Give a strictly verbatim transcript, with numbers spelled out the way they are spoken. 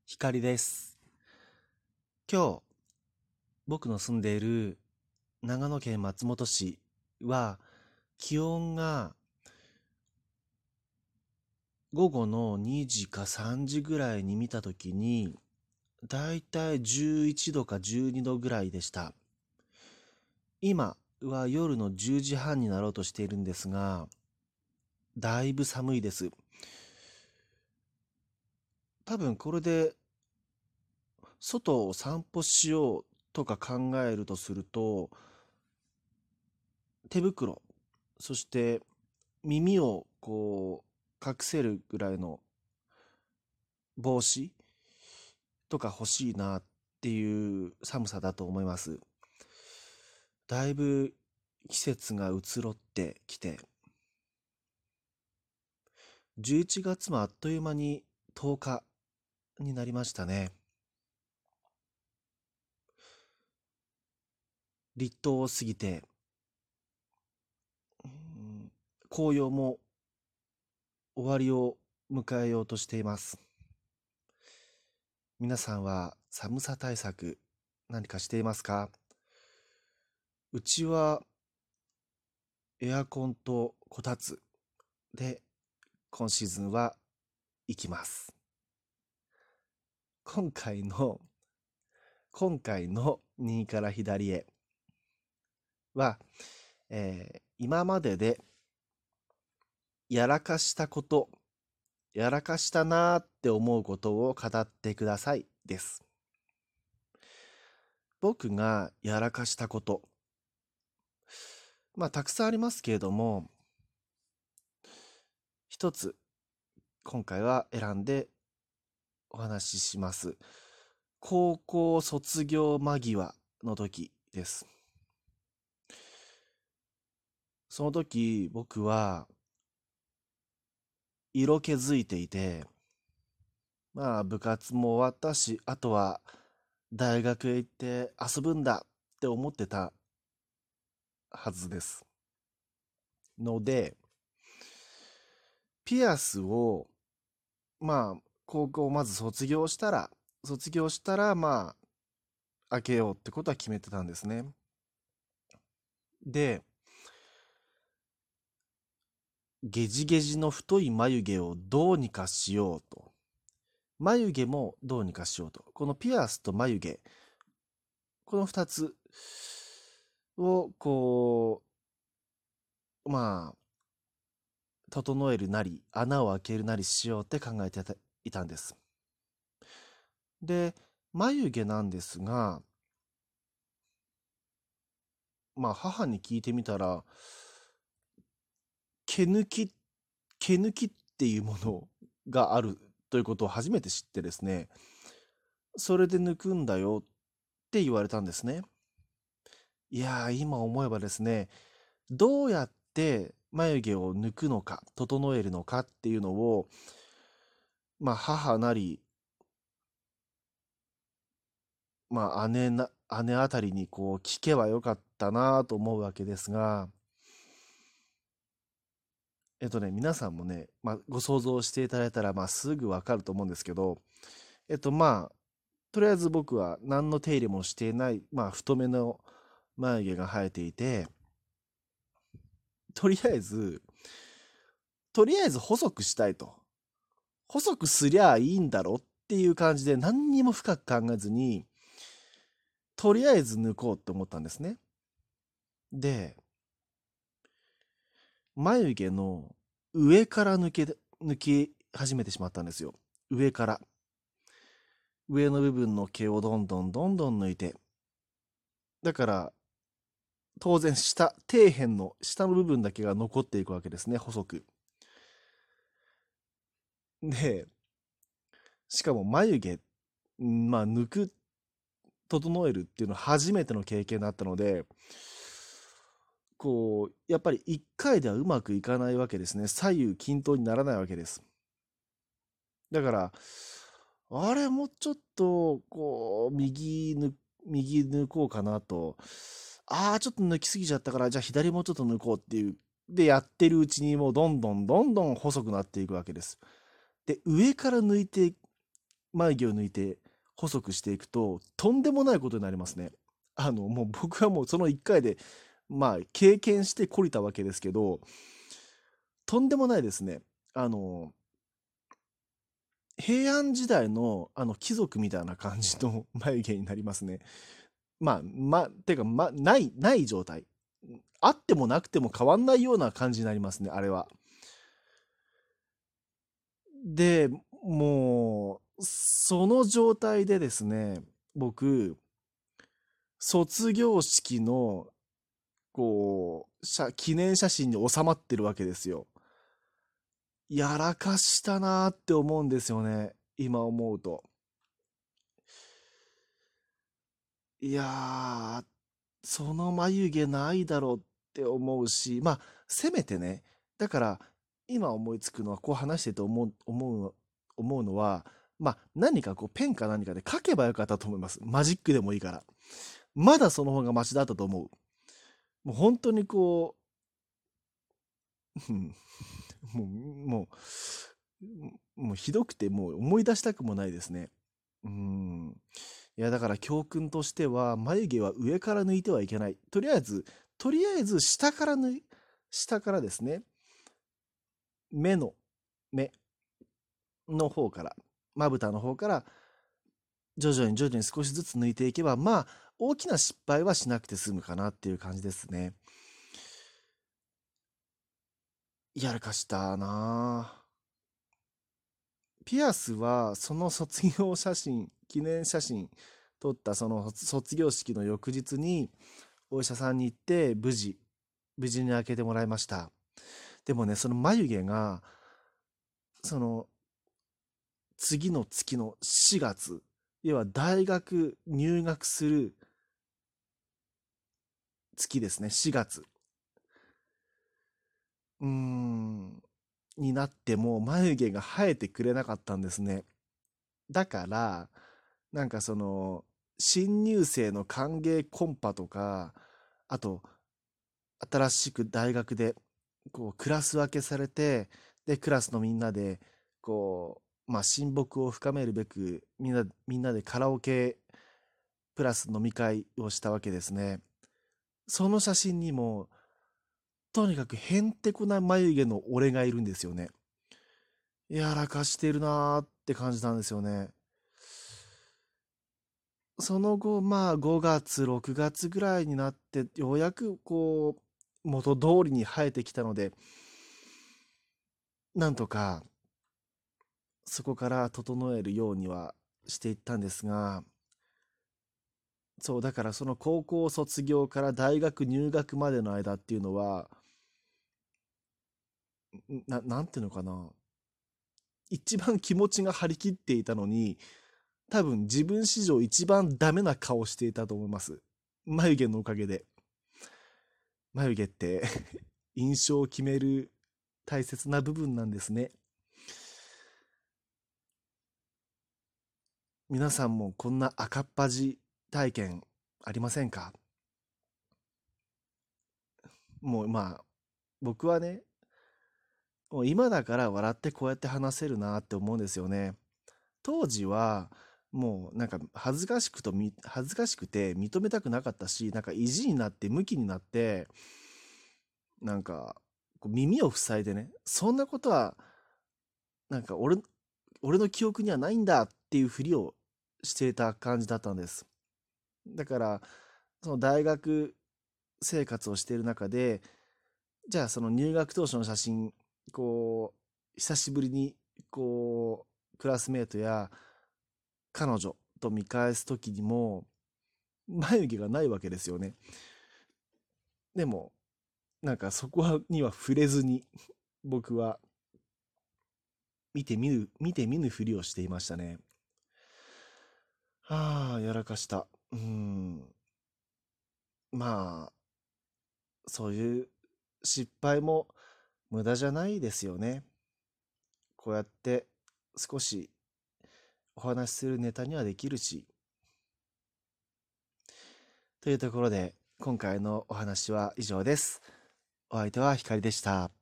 光です。今日、僕の住んでいる長野県松本市は、気温が午後のにじかさんじぐらいに見たときに、だいたいじゅういちどかじゅうにどぐらいでした。今は夜のじゅうじはんになろうとしているんですが、だいぶ寒いです。多分これで外を散歩しようとか考えるとすると、手袋、そして耳をこう隠せるぐらいの帽子とか欲しいなっていう寒さだと思います。だいぶ季節が移ろってきて、じゅういちがつもあっという間にとおかになりましたね。立冬を過ぎて、うん、紅葉も終わりを迎えようとしています。皆さんは寒さ対策何かしていますか？うちはエアコンとこたつで今シーズンは行きます。今回の、今回の右から左へは、えー今まででやらかしたこと、やらかしたなーって思うことを語ってくださいです。僕がやらかしたこと、まあたくさんありますけれども、一つ今回は選んでお話しします。高校卒業間際の時です。その時僕は色気づいていて、まあ部活も終わったし、あとは大学へ行って遊ぶんだって思ってたはずです。ので、ピアスを、まあ、高校をまず卒業したら、卒業したら、まあ、開けようってことは決めてたんですね。で、ゲジゲジの太い眉毛をどうにかしようと。眉毛もどうにかしようと。このピアスと眉毛、この二つを、こう、まあ、整えるなり、穴を開けるなりしようって考えていたんです。で、眉毛なんですが、まあ母に聞いてみたら、毛抜き、毛抜きっていうものがあるということを初めて知ってですね、それで抜くんだよって言われたんですね。いやー、今思えばですね、どうやって眉毛を抜くのか、整えるのかっていうのを、まあ母なり、まあ姉な、姉あたりにこう聞けばよかったなと思うわけですが、えっとね、皆さんもね、まあ、ご想像していただいたら、まあ、すぐわかると思うんですけど、えっと、まあ、とりあえず僕は何の手入れもしていない、まあ、太めの眉毛が生えていて、とりあえず、とりあえず細くしたいと。細くすりゃいいんだろっていう感じで、何にも深く考えずに、とりあえず抜こうって思ったんですね。で、眉毛の上から抜け、抜き始めてしまったんですよ。上から。上の部分の毛をどんどんどんどん抜いて。だから、当然下、底辺の下の部分だけが残っていくわけですね、細く。で、しかも眉毛、まあ、抜く、整えるっていうのは初めての経験だったので、こう、やっぱり一回ではうまくいかないわけですね。左右均等にならないわけです。だから、あれ、もうちょっと、こう、右抜、右抜こうかなと。ああ、ちょっと抜きすぎちゃったから、じゃあ左もうちょっと抜こうっていう。で、やってるうちにもうどんどんどんどん細くなっていくわけです。で、上から抜いて眉毛を抜いて細くしていくと、とんでもないことになりますね。あの、もう僕はもうそのいっかいで、まあ、経験して懲りたわけですけど、とんでもないですね。あの、平安時代のあの貴族みたいな感じの眉毛になりますね。まあ、ま、てか、ま、ない、ない状態。あってもなくても変わんないような感じになりますね、あれは。で、もう、その状態でですね、僕、卒業式の、こう、写記念写真に収まってるわけですよ。やらかしたなーって思うんですよね、今思うと。いやー、その眉毛ないだろうって思うし、まあ、せめてね、だから、今思いつくのは、こう話してて思う、思う、思うのは、まあ、何かこう、ペンか何かで書けばよかったと思います。マジックでもいいから。まだその方がマシだったと思う。もう本当にこう、うんもう、もう、もうひどくて、もう思い出したくもないですね。うん。いや、だから教訓としては、眉毛は上から抜いてはいけない。とりあえず、とりあえず下から抜い、下からですね、目の、目の方から、まぶたの方から、徐々に徐々に少しずつ抜いていけば、まあ、大きな失敗はしなくて済むかなっていう感じですね。やらかしたなぁ。ピアスは、その卒業写真、記念写真撮ったその卒業式の翌日に、お医者さんに行って、無事、無事に開けてもらいました。でもね、その眉毛が、その次の月のしがつ、要は大学入学する月ですね、しがつ。うーん、になっても眉毛が生えてくれなかったんですね。だから、なんかその、新入生の歓迎コンパとか、あと、新しく大学で、こう、クラス分けされて、で、クラスのみんなで、こう、まあ、親睦を深めるべく、みんな、みんなでカラオケプラス飲み会をしたわけですね。その写真にも、とにかくへんてこな眉毛の俺がいるんですよね。やらかしてるなーって感じなんですよね。その後、まあごがつ、ろくがつぐらいになって、ようやくこう、元通りに生えてきたので、なんとかそこから整えるようにはしていったんですが、そう、だからその高校卒業から大学入学までの間っていうのは、な、なんていうのかな。一番気持ちが張り切っていたのに、多分自分史上一番ダメな顔していたと思います。眉毛のおかげで。眉毛って印象を決める大切な部分なんですね。皆さんもこんな赤っ端体験ありませんか？もうまあ、僕はね、もう今だから笑ってこうやって話せるなって思うんですよね。当時は、もうなんか恥ずかしくとみ、恥ずかしくて認めたくなかったし、なんか意地になってムキになって、なんかこう耳を塞いでね、そんなことは、なんか俺、俺の記憶にはないんだっていうふりをしていた感じだったんです。だから、その大学生活をしている中で、じゃあその入学当初の写真、こう、久しぶりに、こう、クラスメートや彼女と見返す時にも、眉毛がないわけですよね。でも、なんかそこには触れずに、僕は見て見ぬ、見て見ぬふりをしていましたね。はあ、やらかした。うーん。まあ、そういう失敗も無駄じゃないですよね。こうやって少しお話しするネタにはできるし。というところで、今回のお話は以上です。お相手はひかりでした。